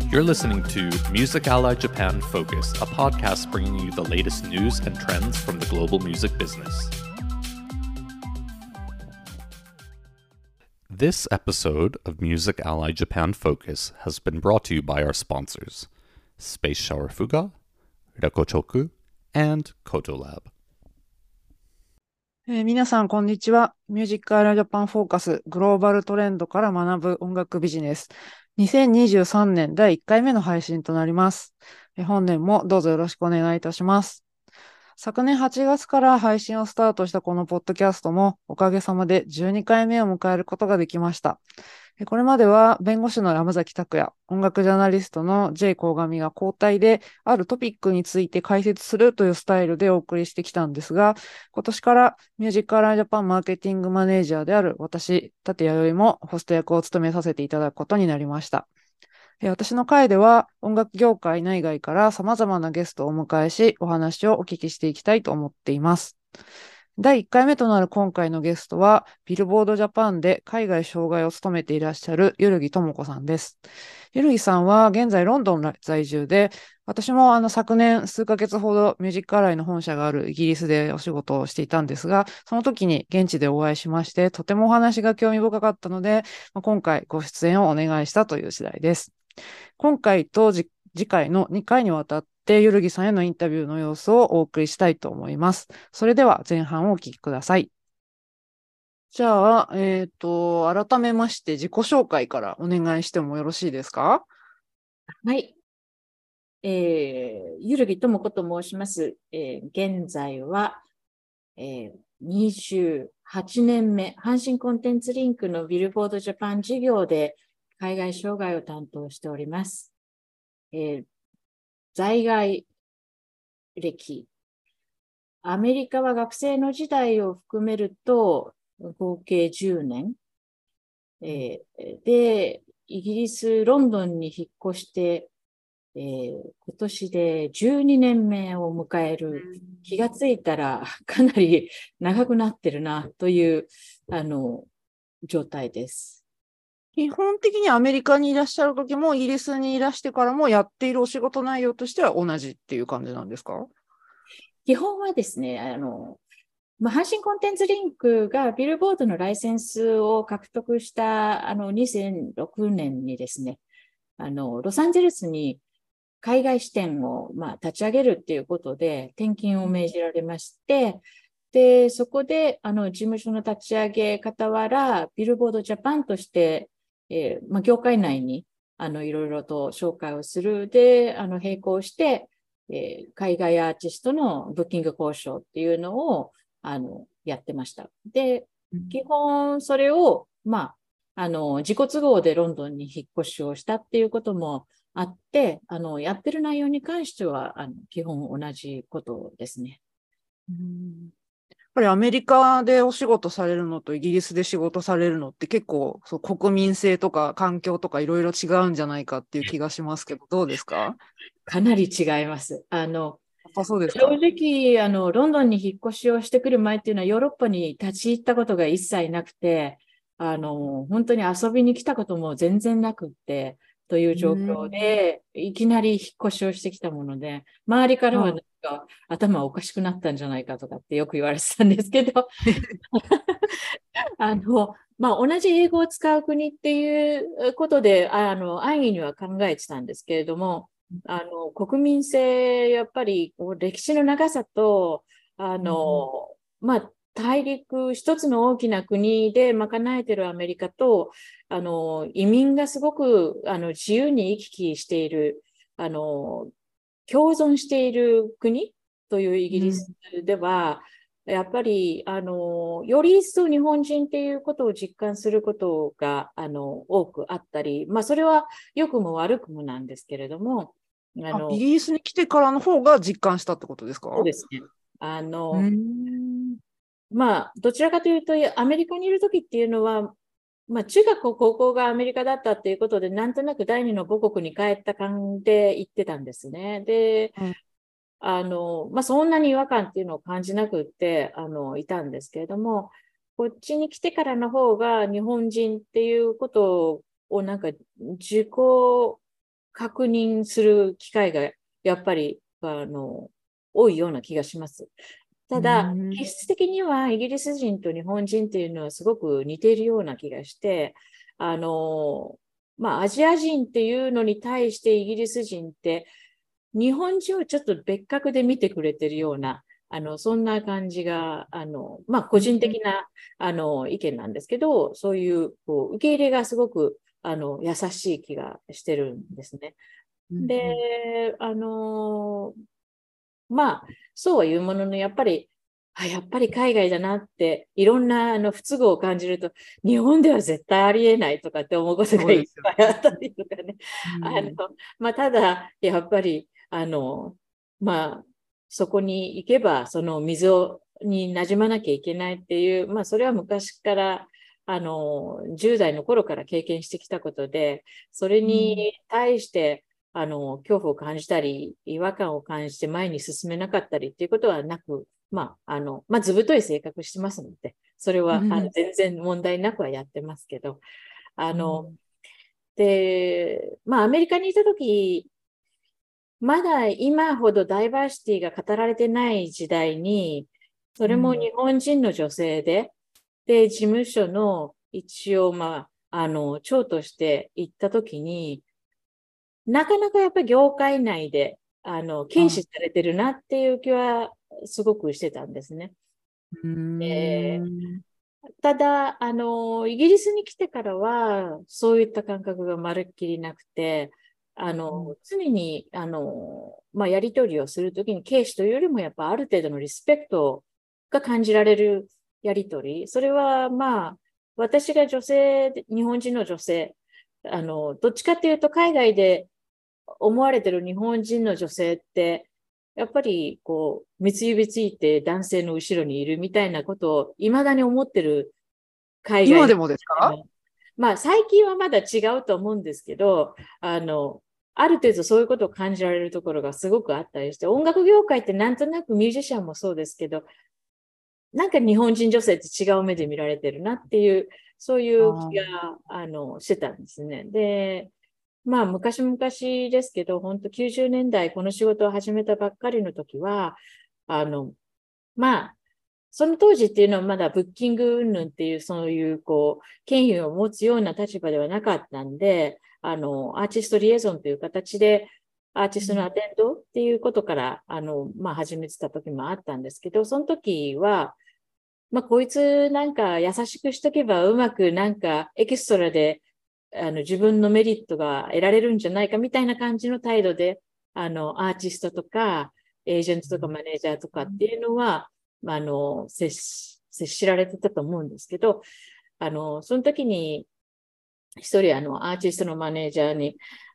You're listening to Music Ally Japan Focus, a podcast bringing you the latest news and trends from the global music business. This episode of Music Ally Japan Focus has been brought to you by our sponsors, Space Shower Fuga, Rekochoku, and Kotolab. 皆さん、こんにちは。ミュージックアライジャパンフォーカスグローバルトレンドから学ぶ音楽ビジネス。2023年第1回目の配信となります。本年もどうぞよろしくお願いいたします。昨年8月から配信をスタートしたこのポッドキャストもおかげさまで12回目を迎えることができました。これまでは弁護士の山崎拓也、音楽ジャーナリストの J 鴻上が交代であるトピックについて解説するというスタイルでお送りしてきたんですが、今年からミュージックアライジャパンマーケティングマネージャーである私、立弥生もホスト役を務めさせていただくことになりました。私の回では音楽業界内外から様々なゲストをお迎えし、お話をお聞きしていきたいと思っています。第1回目となる今回のゲストは、ビルボードジャパンで海外障害を務めていらっしゃるゆるぎともこさんです。ゆるぎさんは現在ロンドン在住で、私も昨年数ヶ月ほどミュージックアライの本社があるイギリスでお仕事をしていたんですが、その時に現地でお会いしまして、とてもお話が興味深かったので、今回ご出演をお願いしたという次第です。今回と次回の2回にわたってゆるぎさんへのインタビューの様子をお送りしたいと思います。それでは前半をお聞きください。じゃあ、改めまして自己紹介からお願いしてもよろしいですか？ はい。ゆるぎともこと申します。現在は、28年目、阪神コンテンツリンクのビルボードジャパン事業で海外障害を担当しております。在外歴、アメリカは学生の時代を含めると合計10年、で、イギリス、ロンドンに引っ越して、今年で12年目を迎える。気がついたらかなり長くなってるなという状態です。 基本的にアメリカにいらっしゃる時もイギリスにいらしてからもやっているお仕事内容としては同じっていう感じなんですか？ 基本はですね、阪神コンテンツリンクがビルボードのライセンスを獲得した2006年にですね、ロサンゼルスに海外支店を、立ち上げるっていうことで転勤を命じられまして、で、そこで事務所の立ち上げ傍ら、ビルボードジャパンとして、業界内にいろいろと紹介をするで、並行して、海外アーティストのブッキング交渉っていうのをやってました。で、基本それを、自己都合でロンドンに引っ越しをしたっていうこともあって、やってる内容に関しては、基本同じことですね。 やっぱりアメリカでお仕事されるのとイギリスで仕事されるのって結構国民性とか環境とかいろいろ違うんじゃないかっていう気がしますけど、どうですか？ かなり違います。 そうですか。 正直ロンドンに引っ越しをしてくる前っていうのはヨーロッパに立ち入ったことが一切なくて、本当に遊びに来たことも全然なくってという状況で、いきなり引っ越しをしてきたもので、周りからはなんか頭おかしくなったんじゃないかとかってよく言われてたんですけど、同じ英語を使う国っていうことで、安易には考えてたんですけれども、国民性、やっぱり歴史の長さと、大陸、一つの大きな国で賄えているアメリカと、移民がすごく自由に行き来している、共存している国というイギリスでは、やっぱりより一層日本人っていうことを実感することが多くあったり、それは良くも悪くもなんですけれども、 イギリスに来てからの方が実感したってことですか？ そうですね。どちらかというと、アメリカにいるときっていうのは、中学高校がアメリカだったっていうことで、なんとなく第二の母国に帰った感で行ってたんですね。で、そんなに違和感っていうのを感じなくって、いたんですけれども、こっちに来てからの方が日本人っていうことをなんか自己確認する機会がやっぱり多いような気がします。ただ、気質的にはイギリス人と日本人っていうのはすごく似ているような気がして、アジア人っていうのに対してイギリス人って日本人をちょっと別格で見てくれてるような、そんな感じが、個人的な、意見なんですけど、そういう、受け入れがすごく、優しい気がしてるんですね。で、そうは言うものの、やっぱり海外だなって、いろんな不都合を感じると、日本では絶対ありえないとかって思うことがいっぱいあったりとかね。ただ、やっぱり、そこに行けば、その水に馴染まなきゃいけないっていう、それは昔から、10代の頃から経験してきたことで、それに対して、恐怖を感じたり、違和感を感じて前に進めなかったりっていうことはなく、ずぶとい性格してますので、それは全然問題なくはやってますけど、で、アメリカにいたとき、まだ今ほどダイバーシティが語られてない時代に、それも日本人の女性で、で、事務所の一応、長として行ったときに、なかなかやっぱり業界内で、軽視されてるなっていう気はすごくしてたんですね。ただ、イギリスに来てからは、そういった感覚がまるっきりなくて、常に、やりとりをするときに、軽視というよりも、やっぱある程度のリスペクトが感じられるやりとり。それは、私が日本人の女性、どっちかっていうと、海外で思われてる日本人の女性って、やっぱり、三つ指ついて男性の後ろにいるみたいなことを、未だに思ってる海外。 今でもですか？ 最近はまだ違うと思うんですけど、ある程度そういうことを感じられるところがすごくあったりして、音楽業界ってなんとなくミュージシャンもそうですけど、なんか日本人女性って違う目で見られてるなっていう、そういう気が、してたんですね。で、昔々ですけど、本当90年代この仕事を始めたばっかりの時は、その当時っていうのはまだブッキング云々っていう、そういう、権威を持つような立場ではなかったんで、アーティストリエゾンという形で、アーティストのアテンドっていうことから、始めてた時もあったんですけど、その時は、こいつなんか優しくしとけばうまくなんかエキストラで、自分のメリットが得られるんじゃないかみたいな感じの態度で、アーティストとか、エージェントとかマネージャーとかっていうのは、接しられてたと思うんですけど、その時に、一人アーティストのマネージャーに、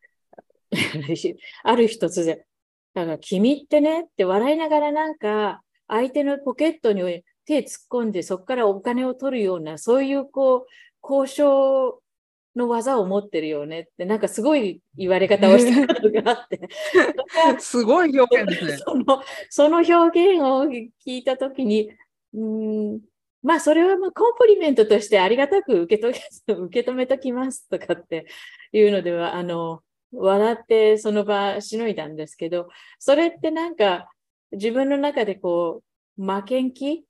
ある日突然、だから君ってねって笑いながらなんか、相手のポケットに手突っ込んで、そこからお金を取るような、そういう交渉の技を持ってるよねって、なんかすごい言われ方をしたことがあって。 すごい表現ですね。 その表現を聞いたときに、それはコンプリメントとしてありがたく受け止めときますとかっていうのでは、笑ってその場しのいだんですけど、それってなんか自分の中で負けん気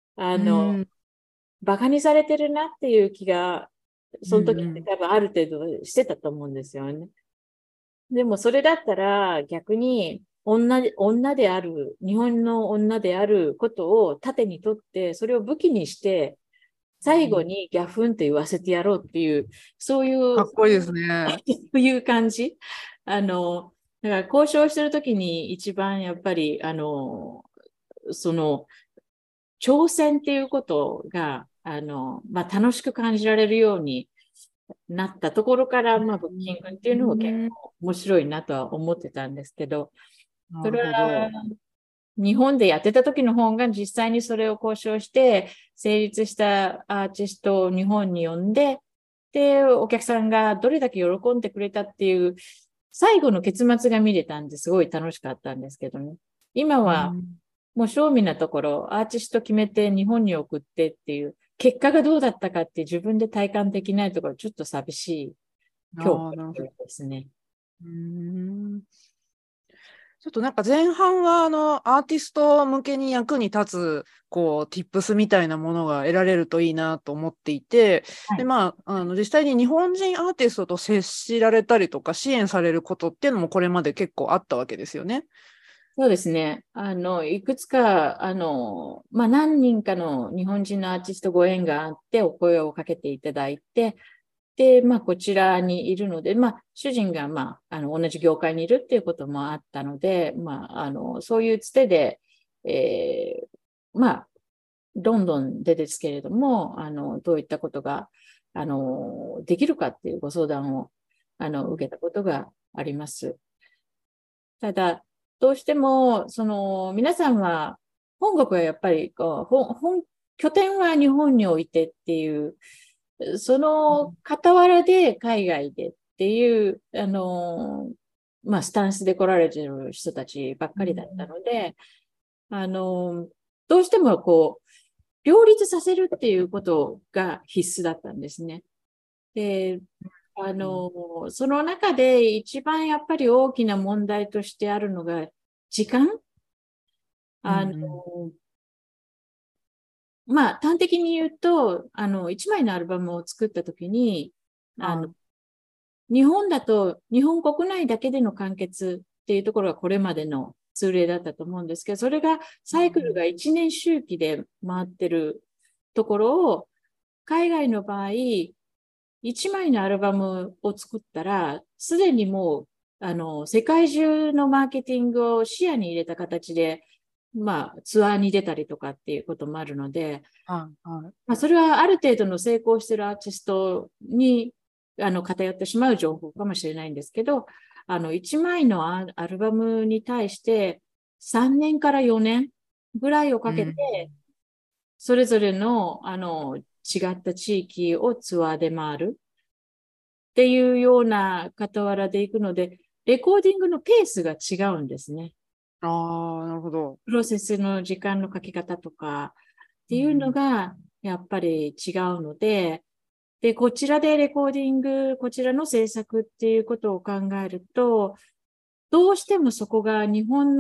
馬鹿にされてるなっていう気が、その時って多分ある程度してたと思うんですよね。でもそれだったら逆に女である、日本の女であることを盾にとって、それを武器にして、最後にギャフンって言わせてやろうっていう、そういう、 かっこいいですね。 そういう感じ。だから交渉してるときに一番やっぱり、その、挑戦っていうことが、楽しく感じられるようになったところから、ブッキングっていうのも結構面白いなとは思ってたんですけど、それは日本でやってた時の方が実際にそれを交渉して成立したアーティストを日本に呼んで、で、お客さんがどれだけ喜んでくれたっていう最後の結末が見れたんですごい楽しかったんですけどね。今はもう正味なところアーティスト決めて日本に送ってっていう結果がどうだったかって自分で体感できないところちょっと寂しい今日ですね。 うーん。ちょっとなんか前半はアーティスト向けに役に立つ、tips みたいなものが得られるといいなと思っていて、で、 はい。 実際に日本人アーティストと接しられたりとか支援されることっていうのもこれまで結構あったわけですよね。 そうですね。いくつか、何人かの日本人のアーティストご縁があってお声をかけていただいて、で、こちらにいるので、主人が、同じ業界にいるっていうこともあったので、そういうつてで、えどんどんでですけれども、どういったことが、できるかっていうご相談を、受けたことがあります。ただ、どうしても、皆さんは、本国はやっぱり拠点は日本においてっていう、その傍らで海外でっていう、スタンスで来られている人たちばっかりだったので、どうしても両立させるっていうことが必須だったんですね。で、その中で一番やっぱり大きな問題としてあるのが時間。端的に言うと、一枚のアルバムを作ったときに、日本だと日本国内だけでの完結っていうところがこれまでの通例だったと思うんですけど、それがサイクルが1年周期で回ってるところを、海外の場合、一枚のアルバムを作ったら、すでにもう、世界中のマーケティングを視野に入れた形で、ツアーに出たりとかっていうこともあるので、それはある程度の成功しているアーティストに、偏ってしまう情報かもしれないんですけど、一枚のアルバムに対して3年から4年ぐらいをかけて、それぞれの、違った地域をツアーで回るっていうような傍らでいくので、レコーディングのペースが違うんですね。 なるほど。 プロセスの時間の書き方とかっていうのがやっぱり違うので、で、こちらでレコーディング、こちらの制作っていうことを考えると、どうしてもそこが日本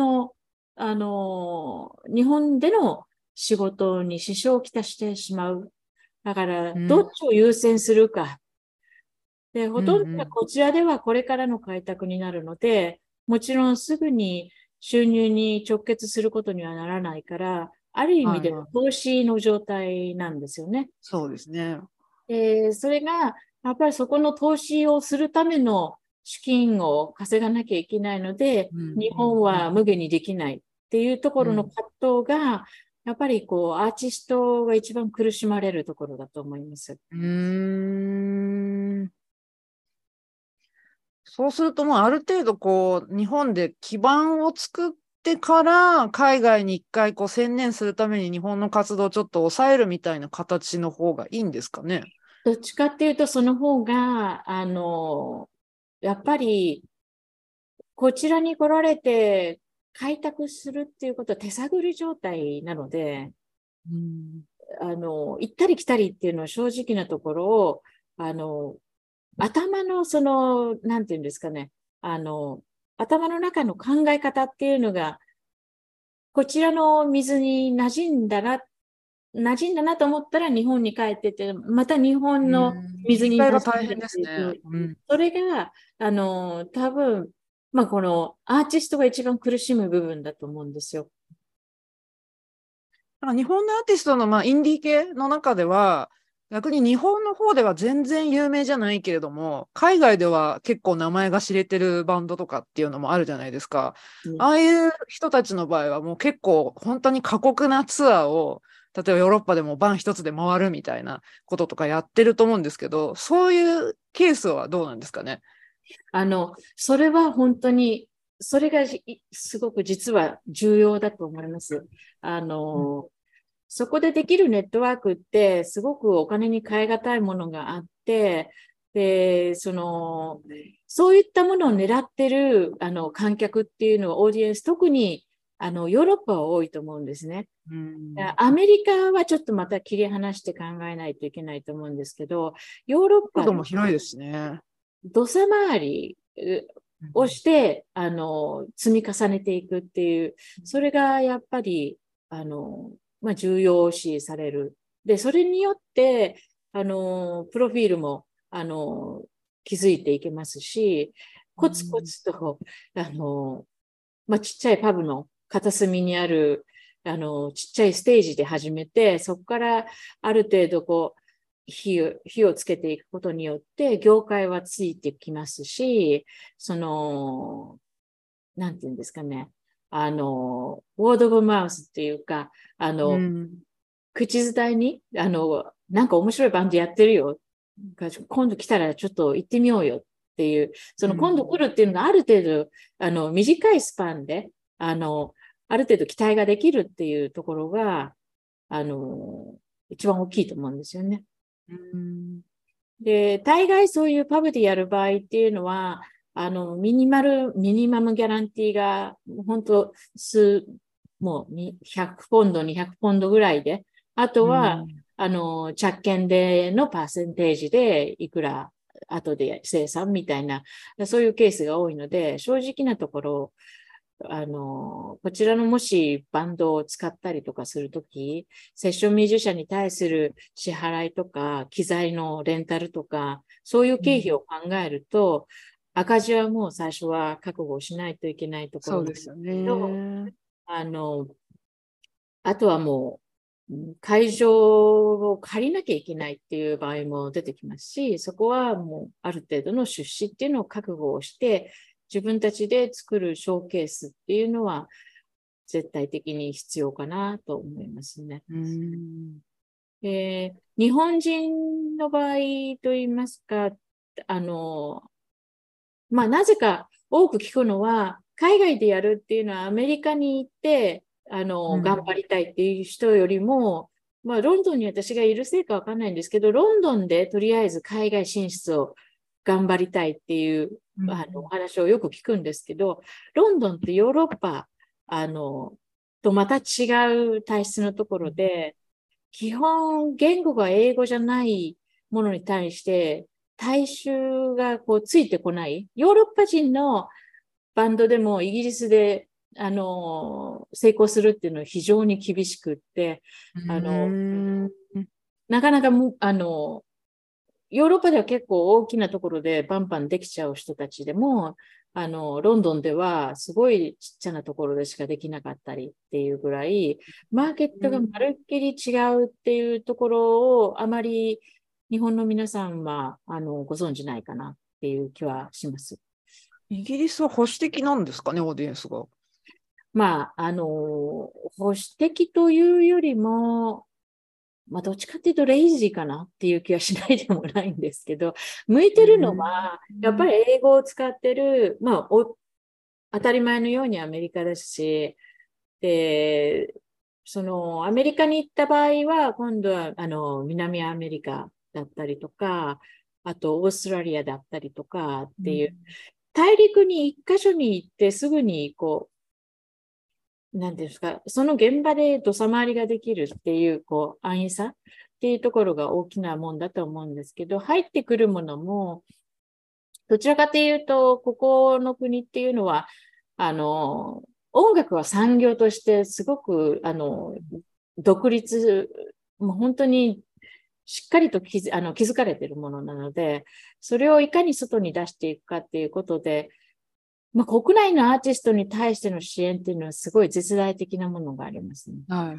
での仕事に支障をきたしてしまう。だから、どっちを優先するか。で、ほとんどこちらではこれからの開拓になるので、もちろんすぐに収入に直結することにはならないから、ある意味では投資の状態なんですよね。 そうですね。 それが、やっぱりそこの投資をするための資金を稼がなきゃいけないので、日本は無限にできないっていうところの葛藤が、やっぱりアーティストが一番苦しまれるところだと思います。 そうするともうある程度日本で基盤を作ってから海外に一回専念するために日本の活動をちょっと抑えるみたいな形の方がいいんですかね。 どっちかっていうとその方が、やっぱりこちらに来られて開拓するっていうことは手探り状態なので、行ったり来たりっていうのは正直なところを、頭のなんていうんですかね、頭の中の考え方っていうのが、こちらの水に馴染んだなと思ったら日本に帰ってて、また日本の水に馴染んだ大変ですね。 それが、多分、このアーティストが一番苦しむ部分だと思うんですよ。 日本のアーティストのインディー系の中では、逆に日本の方では全然有名じゃないけれども、海外では結構名前が知れてるバンドとかっていうのもあるじゃないですか。ああいう人たちの場合はもう結構本当に過酷なツアーを、例えばヨーロッパでもバン一つで回るみたいなこととかやってると思うんですけど、そういうケースはどうなんですかね。 それは本当に、それがすごく実は重要だと思います。そこでできるネットワークってすごくお金に換え難いものがあって、で、そういったものを狙ってる観客っていうのはオーディエンス、特にヨーロッパは多いと思うんですね。アメリカはちょっとまた切り離して考えないといけないと思うんですけど、ヨーロッパも広いですね。 土佐回りをして、積み重ねていくっていう、それがやっぱり、重要視される。で、それによって、プロフィールも、築いていけますし、コツコツと、ちっちゃいパブの片隅にある、ちっちゃいステージで始めて、そこからある程度火をつけていくことによって、業界はついてきますし、なんていうんですかね、ウォード・オブ・マウスっていうか、口伝えに、なんか面白いバンドやってるよ。今度来たらちょっと行ってみようよっていう、今度来るっていうのがある程度、短いスパンで、ある程度期待ができるっていうところが、一番大きいと思うんですよね。で、大概そういうパブでやる場合っていうのは、ミニマムギャランティーが、本当もう100ポンド、200ポンドぐらいで、あとは、着券でのパーセンテージでいくら後で生産みたいな、そういうケースが多いので、正直なところ、こちらのもしバンドを使ったりとかするとき、セッションミュージシャンに対する支払いとか、機材のレンタルとか、そういう経費を考えると、赤字はもう最初は覚悟しないといけないところなんですけど、 そうですよね。 あとはもう、会場を借りなきゃいけないっていう場合も出てきますし、そこはもうある程度の出資っていうのを覚悟をして、自分たちで作るショーケースっていうのは絶対的に必要かなと思いますね。日本人の場合といいますか、なぜか多く聞くのは、海外でやるっていうのはアメリカに行って、頑張りたいっていう人よりも、ロンドンに私がいるせいかわかんないんですけど、ロンドンでとりあえず海外進出を頑張りたいっていうお話をよく聞くんですけど、ロンドンってヨーロッパとまた違う体質のところで、基本言語が英語じゃないものに対して大衆がついてこない。ヨーロッパ人のバンドでもイギリスで成功するっていうのは非常に厳しくって、なかなかヨーロッパでは結構大きなところでバンバンできちゃう人たちでも、ロンドンではすごいちっちゃなところでしかできなかったりっていうぐらい、マーケットがまるっきり違うっていうところをあまり日本の皆さんはご存じないかなっていう気はします。 イギリスは保守的なんですかね、オーディエンスが。 保守的というよりも、どっちかっていうとレイジーかなっていう気はしないでもないんですけど、向いてるのは、やっぱり英語を使ってる、当たり前のようにアメリカですし、で、アメリカに行った場合は、今度は、南アメリカだったりとか、あと、オーストラリアだったりとかっていう、大陸に一箇所に行ってすぐになんですか、その現場で土佐回りができるっていう、安易さっていうところが大きなもんだと思うんですけど、入ってくるものも、どちらかというと、ここの国っていうのは、音楽は産業としてすごく、独立、もう本当にしっかりと築かれているものなので、それをいかに外に出していくかっていうことで、国内のアーティストに対しての支援っていうのはすごい絶大的なものがありますね。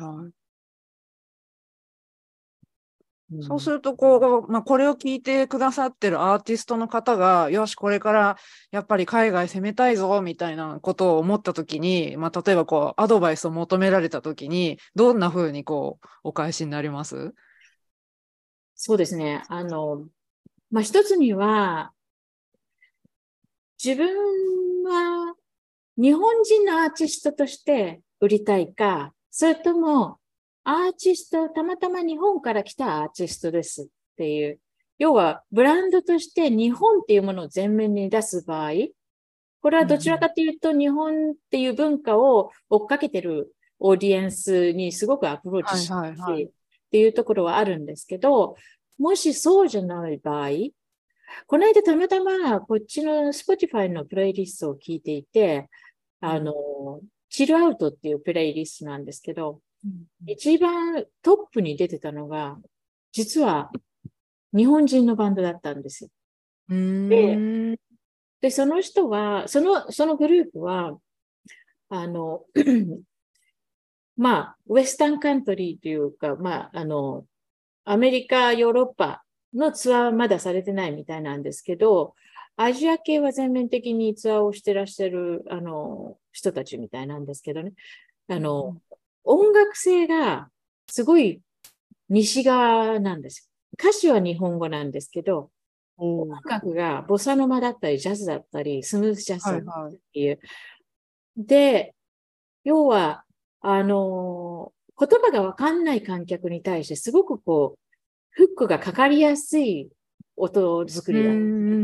そうするとこれを聞いてくださってるアーティストの方が、よし、これからやっぱり海外攻めたいぞみたいなことを思ったときに、例えばアドバイスを求められたときに、どんなふうにお返しになります？ そうですね。一つには、自分は日本人のアーティストとして売りたいか、それともアーティスト、たまたま日本から来たアーティストですっていう、要はブランドとして日本っていうものを前面に出す場合、これはどちらかというと日本っていう文化を追っかけてるオーディエンスにすごくアプローチしてっていうところはあるんですけど、もしそうじゃない場合、 この間たまたまこっちの Spotify のプレイリストを聞いていて、チルアウトっていうプレイリストなんですけど、一番トップに出てたのが、実は日本人のバンドだったんですよ。で、その人は、そのグループは、まあ、ウェスタンカントリーというか、まあ、アメリカ、ヨーロッパのツアーはまだされてないみたいなんですけど、アジア系は全面的にツアーをしてらっしゃる、人たちみたいなんですけどね。音楽性がすごい西側なんですよ。歌詞は日本語なんですけど、音楽がボサノマだったり、ジャズだったり、スムースジャズだったりっていう。で、要は、言葉がわかんない観客に対してすごくこう、フックがかかりやすい音作りだ。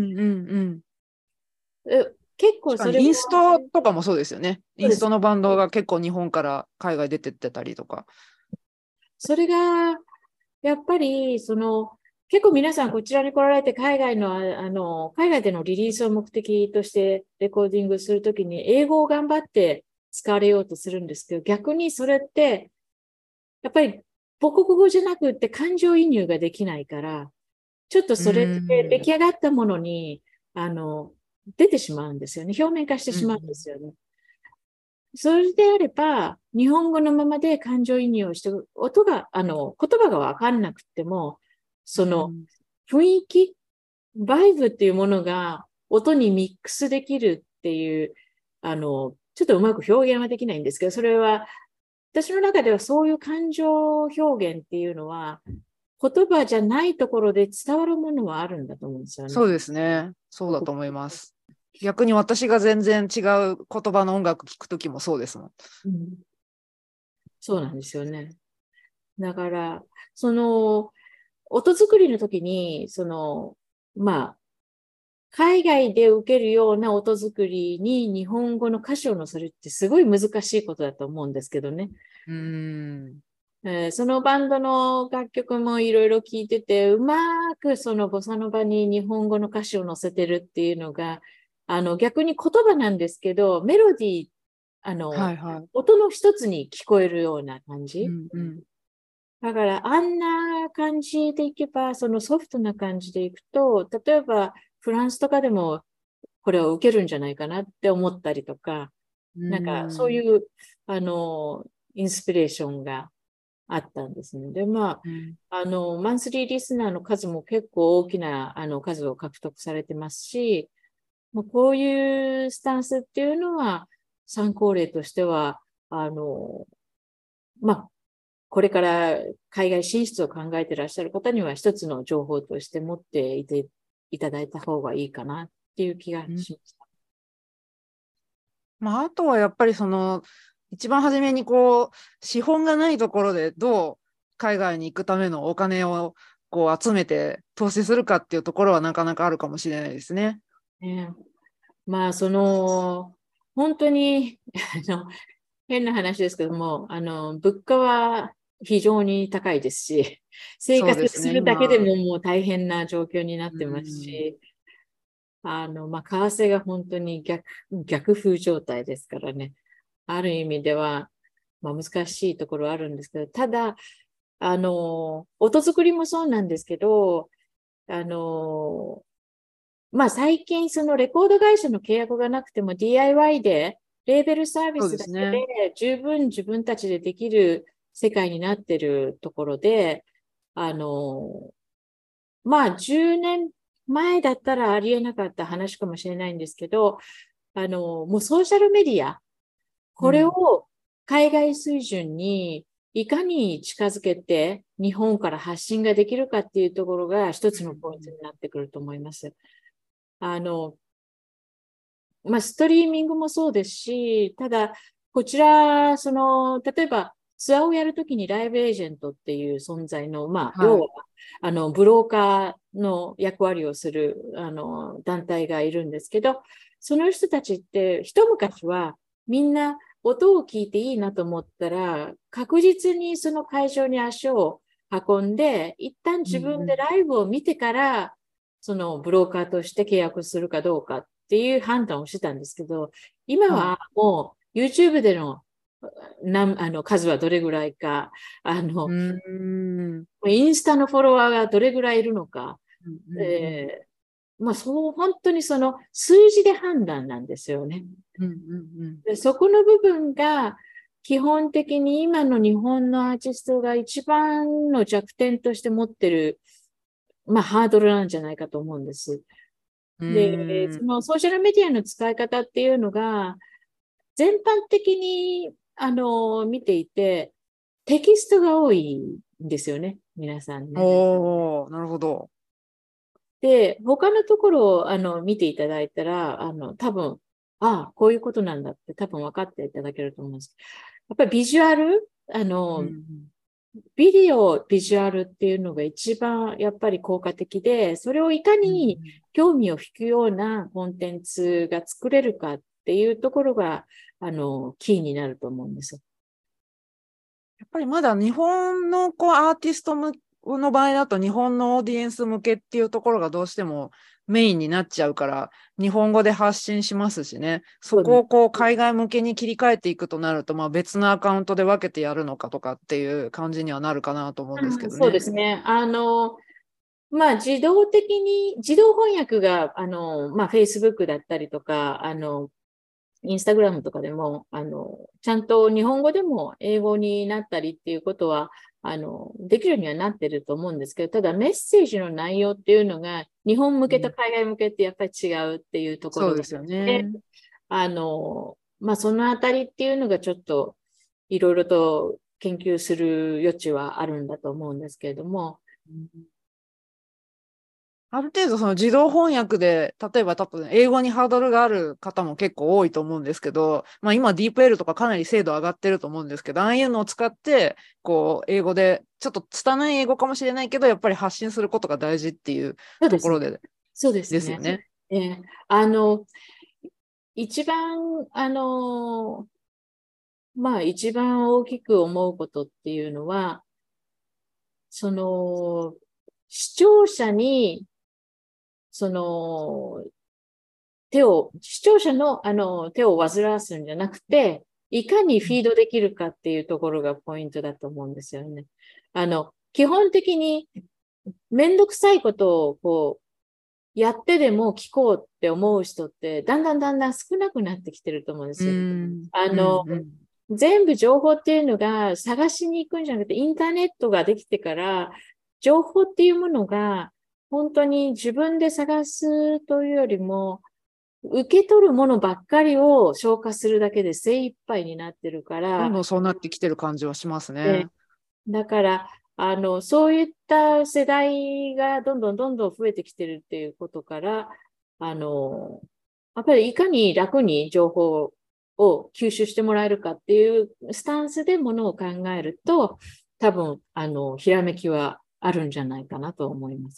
結構それインストとかもそうですよね。インストのバンドが結構日本から海外出てってたりとか。 それが、やっぱり、結構皆さんこちらに来られて海外でのリリースを目的としてレコーディングするときに英語を頑張って使われようとするんですけど、逆にそれって、やっぱり母国語じゃなくって感情移入ができないから、ちょっとそれって出来上がったものに、出てしまうんですよね。表面化してしまうんですよね。それであれば、日本語のままで感情移入をして、言葉がわかんなくても、その雰囲気、バイブっていうものが音にミックスできるっていう、ちょっとうまく表現はできないんですけど、それは、私の中ではそういう感情表現っていうのは、言葉じゃないところで伝わるものはあるんだと思うんですよね。 そうですね。そうだと思います。逆に私が全然違う言葉の音楽聞くときもそうですもん。 そうなんですよね。だから、音作りの時に、まあ、海外で受けるような音作りに日本語の歌詞を載せるってすごい難しいことだと思うんですけどね。そのバンドの楽曲もいろいろ聴いてて、うまくそのボサノバに日本語の歌詞を載せてるっていうのが、逆に言葉なんですけど、メロディー、音の一つに聞こえるような感じ。だから、あんな感じでいけば、そのソフトな感じでいくと、例えばフランスとかでもこれを受けるんじゃないかなって思ったりとか、なんかそういう、インスピレーションがあったんですね。で、マンスリーリスナーの数も結構大きな数を獲得されてますし、こういうスタンスっていうのは参考例としては、これから海外進出を考えていらっしゃる方には一つの情報として持っていただいた方がいいかなっていう気がしました。 あとはやっぱり一番初めに資本がないところでどう海外に行くためのお金を集めて投資するかっていうところはなかなかあるかもしれないですね。 本当に変な話ですけども、物価は非常に高いですし、生活するだけでももう大変な状況になってますし、為替が本当に逆風状態ですからね。ある意味では、難しいところはあるんですけど、ただ、音作りもそうなんですけど、最近そのレコード会社の契約がなくても DIY でレーベルサービスだけで十分自分たちでできる世界になっているところで、10年前だったらありえなかった話かもしれないんですけど、もうソーシャルメディア、これを海外水準にいかに近づけて日本から発信ができるかっていうところが一つのポイントになってくると思います。ストリーミングもそうですし、ただ、こちら、例えば、ツアーをやるときにライブエージェントっていう存在の、要は、ブローカーの役割をする、団体がいるんですけど、その人たちって、一昔はみんな音を聞いていいなと思ったら、確実にその会場に足を運んで、一旦自分でライブを見てから、 そのブローカーとして契約するかどうかっていう判断をしてたんですけど、今はもう YouTube での数はどれぐらいか、インスタのフォロワーがどれぐらいいるのか、本当にその数字で判断なんですよね。でそこの部分が基本的に今の日本のアーティストが一番の弱点として持ってる、ハードルなんじゃないかと思うんです。で、そのソーシャルメディアの使い方っていうのが、全般的に、見ていて、テキストが多いんですよね、皆さんね。 おー、なるほど。 で、他のところを見ていただいたら、多分、こういうことなんだって多分分かっていただけると思うんです。やっぱりビジュアル、ビジュアルっていうのが一番やっぱり効果的で、それをいかに興味を引くようなコンテンツが作れるかっていうところが、キーになると思うんですよ。 やっぱりまだ日本のアーティストの場合だと日本のオーディエンス向けっていうところがどうしてもメインになっちゃうから、日本語で発信しますしね。そこを海外向けに切り替えていくとなると、別のアカウントで分けてやるのかとかっていう感じにはなるかなと思うんですけどね。 そうですね。自動翻訳が、Facebook だったりとか、インスタグラムとかでも、ちゃんと日本語でも英語になったりっていうことは、できるようにはなってると思うんですけど、ただメッセージの内容っていうのが、日本向けと海外向けってやっぱり違うっていうところそうですよね。 そのあたりっていうのがちょっと、いろいろと研究する余地はあるんだと思うんですけれども、 ある程度その自動翻訳で、例えば多分英語にハードルがある方も結構多いと思うんですけど、今 DeepL とかかなり精度上がってると思うんですけど、ああいうのを使って、英語で、ちょっと拙い英語かもしれないけど、やっぱり発信することが大事っていうところで。 そうですね。 ですよね。 一番、一番大きく思うことっていうのは、その、視聴者に、視聴者の手を煩わすんじゃなくて、いかにフィードできるかっていうところがポイントだと思うんですよね。基本的にめんどくさいことをやってでも聞こうって思う人ってだんだん少なくなってきてると思うんですよ。全部情報っていうのが探しに行くんじゃなくて、インターネットができてから、情報っていうものが本当に自分で探すというよりも、受け取るものばっかりを消化するだけで精一杯になってるから。 どんどんそうなってきてる感じはしますね。 だから、そういった世代がどんどん増えてきてるっていうことから、やっぱりいかに楽に情報を吸収してもらえるかっていうスタンスでものを考えると、多分、ひらめきはあるんじゃないかなと思います。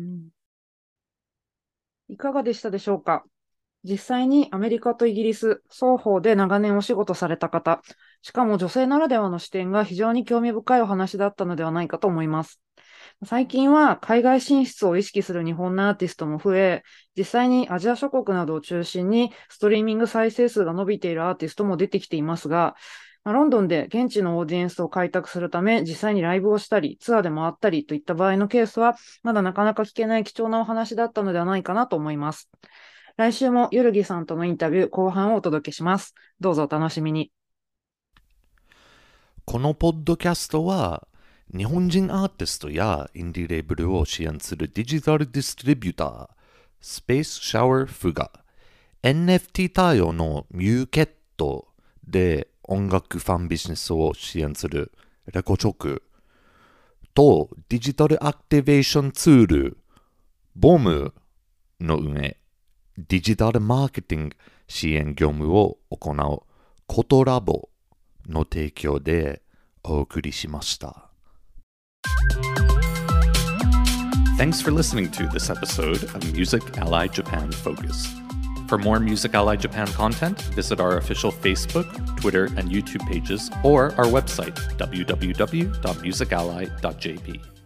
いかがでしたでしょうか？実際にアメリカとイギリス双方で長年お仕事された方、しかも女性ならではの視点が非常に興味深いお話だったのではないかと思います。最近は海外進出を意識する日本のアーティストも増え、実際にアジア諸国などを中心にストリーミング再生数が伸びているアーティストも出てきていますが、ロンドンで現地のオーディエンスを開拓するため、実際にライブをしたり、ツアーで回ったりといった場合のケースは、まだなかなか聞けない貴重なお話だったのではないかなと思います。来週もゆるぎさんとのインタビュー後半をお届けします。どうぞお楽しみに。 このポッドキャストは日本人アーティストやインディーレーブルを支援するデジタルディストリビュータースペースシャワーフが NFT 対応のミューケットで音楽ファンビジネスを支援するレコチョクとデジタルアクティベーションツールボムの運営デジタルマーケティング支援業務を行うコトラボの提供でお送りしました。Thanks for listening to this episode of Music Ally Japan Focus. For more Music Ally Japan content, visit our official Facebook, Twitter, and YouTube pages or our website www.musically.jp.